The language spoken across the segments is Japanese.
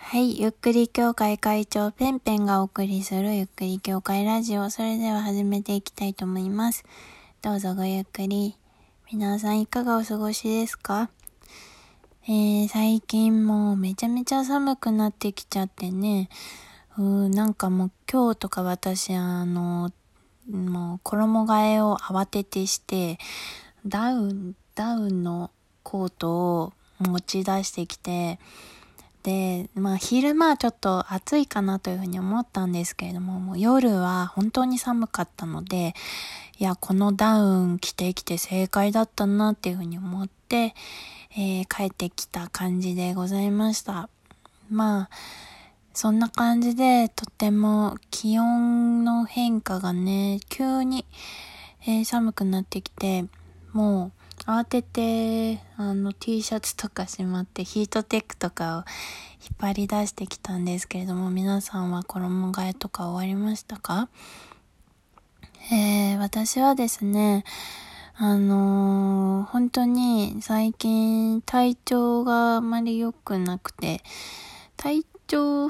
はい、ゆっくり協会会長ペンペンがお送りするゆっくり協会ラジオ。それでは始めていきたいと思います。どうぞごゆっくり。皆さんいかがお過ごしですか？最近もうめちゃめちゃ寒くなってきちゃってね。なんかもう今日とか私もう衣替えを慌ててして、ダウンのコートを持ち出してきて、で、昼間はちょっと暑いかなというふうに思ったんですけれども、もう夜は本当に寒かったので、いや、このダウン着てきて正解だったなっていうふうに思って、帰ってきた感じでございました。そんな感じで、とても気温の変化がね、急に、寒くなってきて、もう慌ててT シャツとかしまってヒートテックとかを引っ張り出してきたんですけれども、皆さんは衣替えとか終わりましたか？私はですね、本当に最近体調があまり良くなくて、体調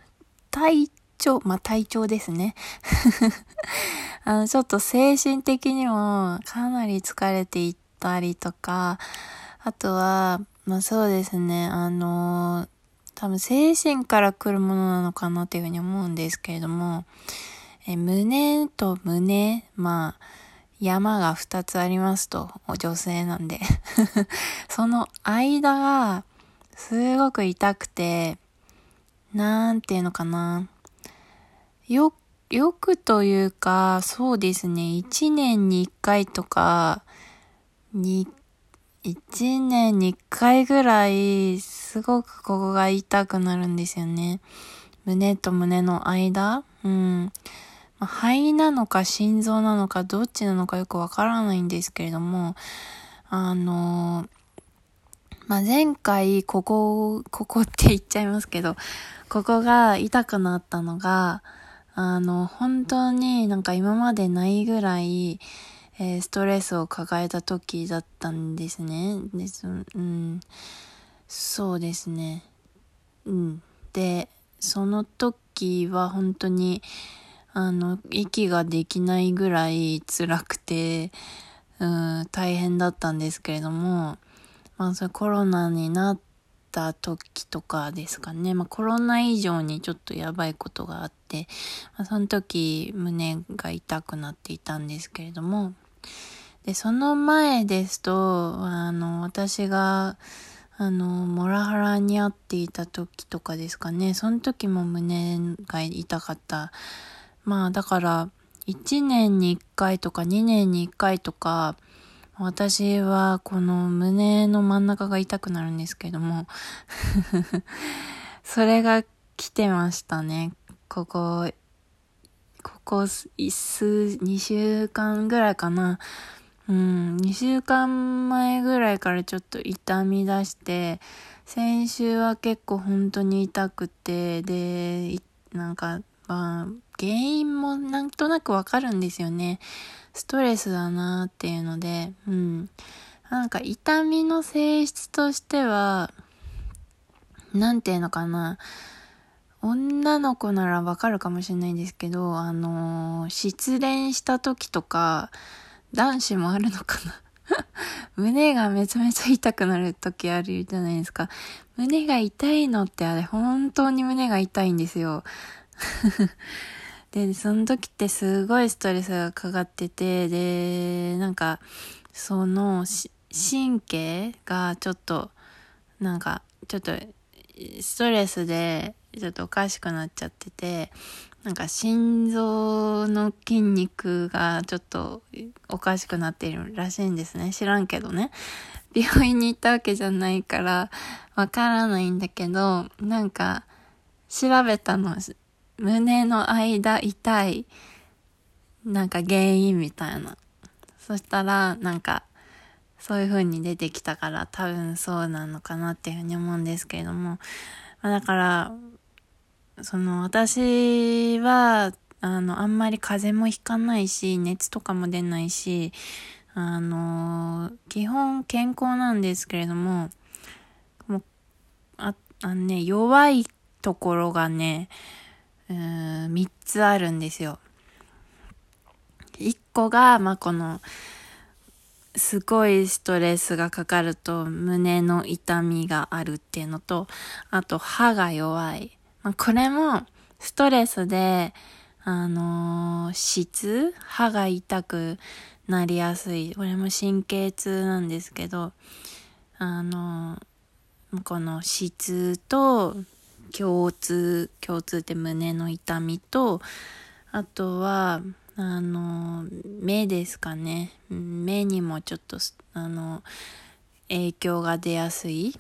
ですね。ちょっと精神的にもかなり疲れていったりとか、あとは、そうですね、多分精神から来るものなのかなっていうふうに思うんですけれども、胸と胸、山が2つありますと、女性なんで。その間がすごく痛くて、なんていうのかな。よくというか、そうですね、1年に1回とか、1年に1回ぐらい、すごくここが痛くなるんですよね。胸と胸の間？肺なのか心臓なのかどっちなのかよくわからないんですけれども、前回ここって言っちゃいますけど、ここが痛くなったのが、本当になんか今までないぐらい、ストレスを抱えた時だったんですね。そうですね。で、その時は本当に、息ができないぐらい辛くて、大変だったんですけれども、それコロナになった時とかですかね。コロナ以上にちょっとやばいことがあって、その時胸が痛くなっていたんですけれども、で、その前ですと、私が、モラハラに遭っていた時とかですかね。その時も胸が痛かった。だから、1年に1回とか2年に1回とか、私はこの胸の真ん中が痛くなるんですけども、それが来てましたね。ここ2週間ぐらいかな。2週間前ぐらいからちょっと痛み出して、先週は結構本当に痛くて、で、原因もなんとなくわかるんですよね。ストレスだなっていうので、痛みの性質としては、なんていうのかな、女の子ならわかるかもしれないんですけど、失恋した時とか、男子もあるのかな胸がめちゃめちゃ痛くなる時あるじゃないですか。胸が痛いのってあれ、本当に胸が痛いんですよ。で、その時ってすごいストレスがかかってて、で、その神経がちょっとストレスでちょっとおかしくなっちゃってて、心臓の筋肉がちょっとおかしくなっているらしいんですね。知らんけどね。病院に行ったわけじゃないからわからないんだけど、調べたの、胸の間痛い原因みたいな。そしたらそういう風に出てきたから多分そうなのかなっていうふうに思うんですけれども、だから私はあんまり風邪もひかないし熱とかも出ないし基本健康なんですけれども、弱いところがね、3つあるんですよ。1個が、この、すごいストレスがかかると胸の痛みがあるっていうのと、あと歯が弱い。これもストレスで、歯が痛くなりやすい。これも神経痛なんですけど、この質と共通って胸の痛みと、あとは、目ですかね。目にもちょっと、影響が出やすい。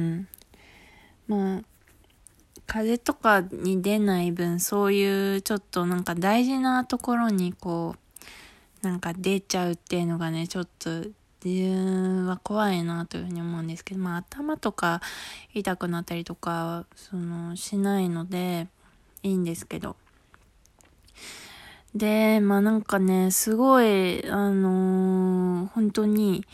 風邪とかに出ない分、そういうちょっとなんか大事なところになんか出ちゃうっていうのがね、ちょっと自分は怖いなというふうに思うんですけど、頭とか痛くなったりとか、しないので、いいんですけど。で、なんかね、すごい、本当に、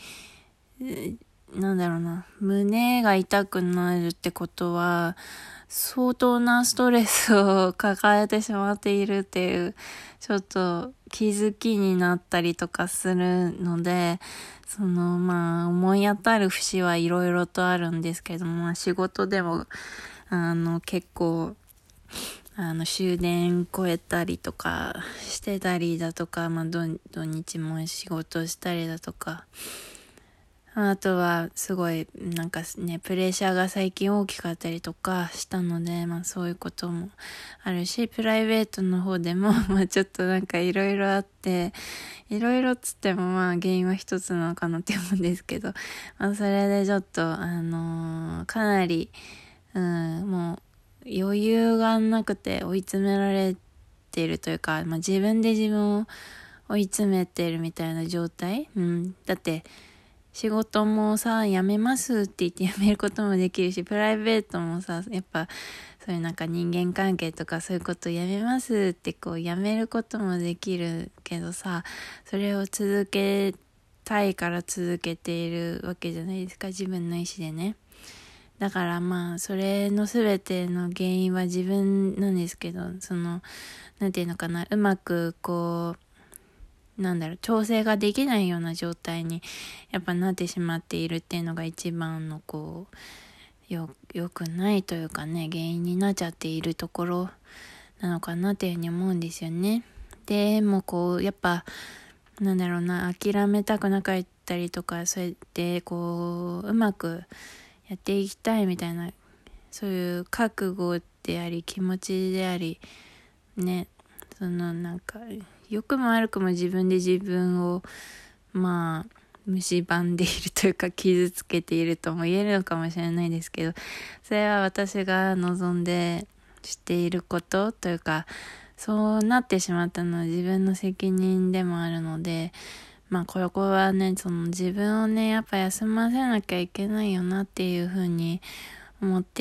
胸が痛くなるってことは、相当なストレスを抱えてしまっているっていう、ちょっと気づきになったりとかするので、思い当たる節はいろいろとあるんですけども、仕事でも、結構、終電超えたりとかしてたりだとか、土日も仕事したりだとか、あとはすごいなんかね、プレッシャーが最近大きかったりとかしたので、そういうこともあるし、プライベートの方でもちょっとなんかいろいろあって、いろいろつっても原因は一つなのかなって思うんですけど、それでちょっとかなり、もう余裕がなくて追い詰められているというか、自分で自分を追い詰めてるみたいな状態。だって仕事もさ、辞めますって言って辞めることもできるし、プライベートもさ、やっぱそういうなんか人間関係とかそういうこと辞めますって辞めることもできるけどさ、それを続けたいから続けているわけじゃないですか、自分の意思でね。だからそれのすべての原因は自分なんですけど、なんていうのかな、うまく調整ができないような状態にやっぱなってしまっているっていうのが一番の良くないというかね、原因になっちゃっているところなのかなっていうふうに思うんですよね。でもやっぱ諦めたくなかったりとか、そうやってうまくやっていきたいみたいな、そういう覚悟であり気持ちでありね、良くも悪くも自分で自分を蝕んでいるというか傷つけているとも言えるのかもしれないですけど、それは私が望んでしていることというか、そうなってしまったのは自分の責任でもあるので、これはね、自分をね、やっぱ休ませなきゃいけないよなっていうふうに思って、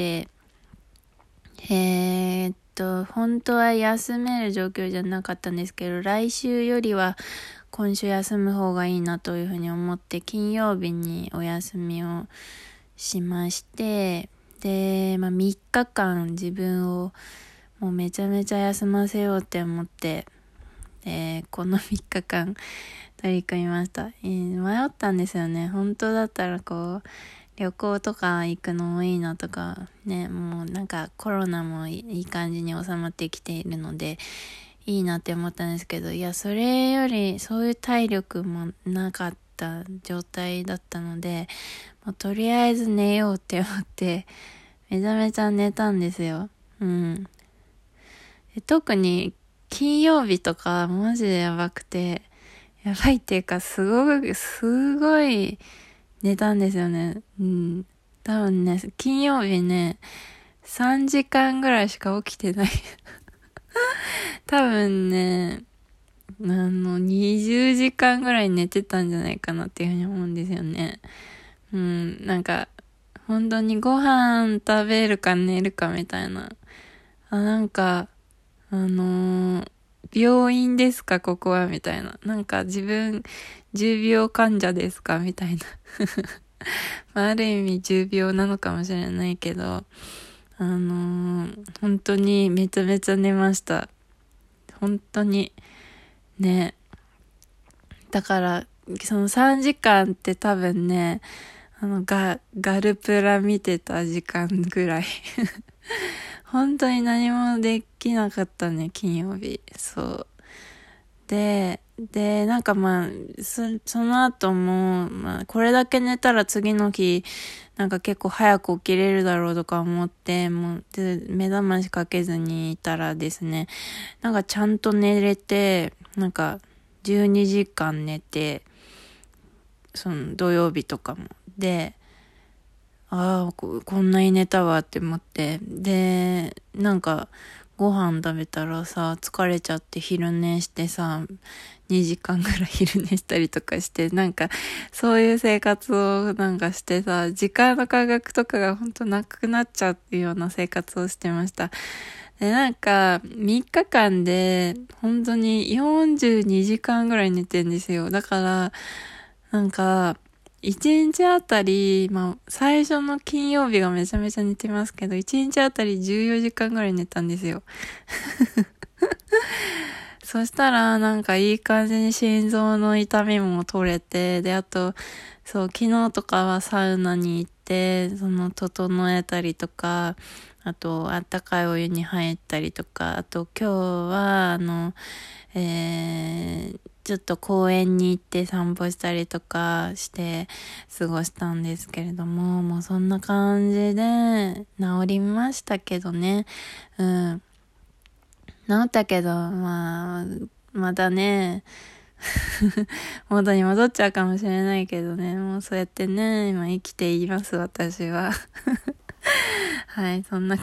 本当は休める状況じゃなかったんですけど、来週よりは今週休む方がいいなというふうに思って、金曜日にお休みをしまして、で、3日間自分をもうめちゃめちゃ休ませようって思って、この3日間取り組みました。迷ったんですよね。本当だったら旅行とか行くのもいいなとかね、もうなんかコロナもいい感じに収まってきているのでいいなって思ったんですけど、いやそれよりそういう体力もなかった状態だったので、もうとりあえず寝ようって思ってめちゃめちゃ寝たんですよ。特に金曜日とかマジでやばくて、やばいっていうかすごい寝たんですよね。多分ね、金曜日ね、3時間ぐらいしか起きてない。多分ね、20時間ぐらい寝てたんじゃないかなっていうふうに思うんですよね。なんか、本当にご飯食べるか寝るかみたいな。病院ですかここはみたいな。なんか自分、重病患者ですかみたいな。ある意味重病なのかもしれないけど、本本当にめちゃめちゃ寝ました。本当に。ね。だから、その3時間って多分ね、ガルプラ見てた時間ぐらい。本当に何もできなかったね、金曜日。そう。で、なんかその後も、これだけ寝たら次の日、なんか結構早く起きれるだろうとか思って、で、目覚ましかけずにいたらですね、なんかちゃんと寝れて、なんか12時間寝て、その土曜日とかも。で、こんなに寝たわって思って。で、なんか、ご飯食べたらさ、疲れちゃって昼寝してさ、2時間ぐらい昼寝したりとかして、なんか、そういう生活をなんかしてさ、時間の感覚とかがほんとなくなっちゃうような生活をしてました。で、なんか、3日間で、本当に42時間ぐらい寝てんですよ。だから、なんか、1日あたり、最初の金曜日がめちゃめちゃ寝てますけど、1日あたり14時間ぐらい寝たんですよ。そしたら、なんかいい感じに心臓の痛みも取れて、で、あと、そう、昨日とかはサウナに行って、整えたりとか、あと、あったかいお湯に入ったりとか、あと今日は、ちょっと公園に行って散歩したりとかして過ごしたんですけれども、もうそんな感じで治りましたけどね。うん。治ったけど、まだね、元に戻っちゃうかもしれないけどね、もうそうやってね、今生きています、私は。はい、そんな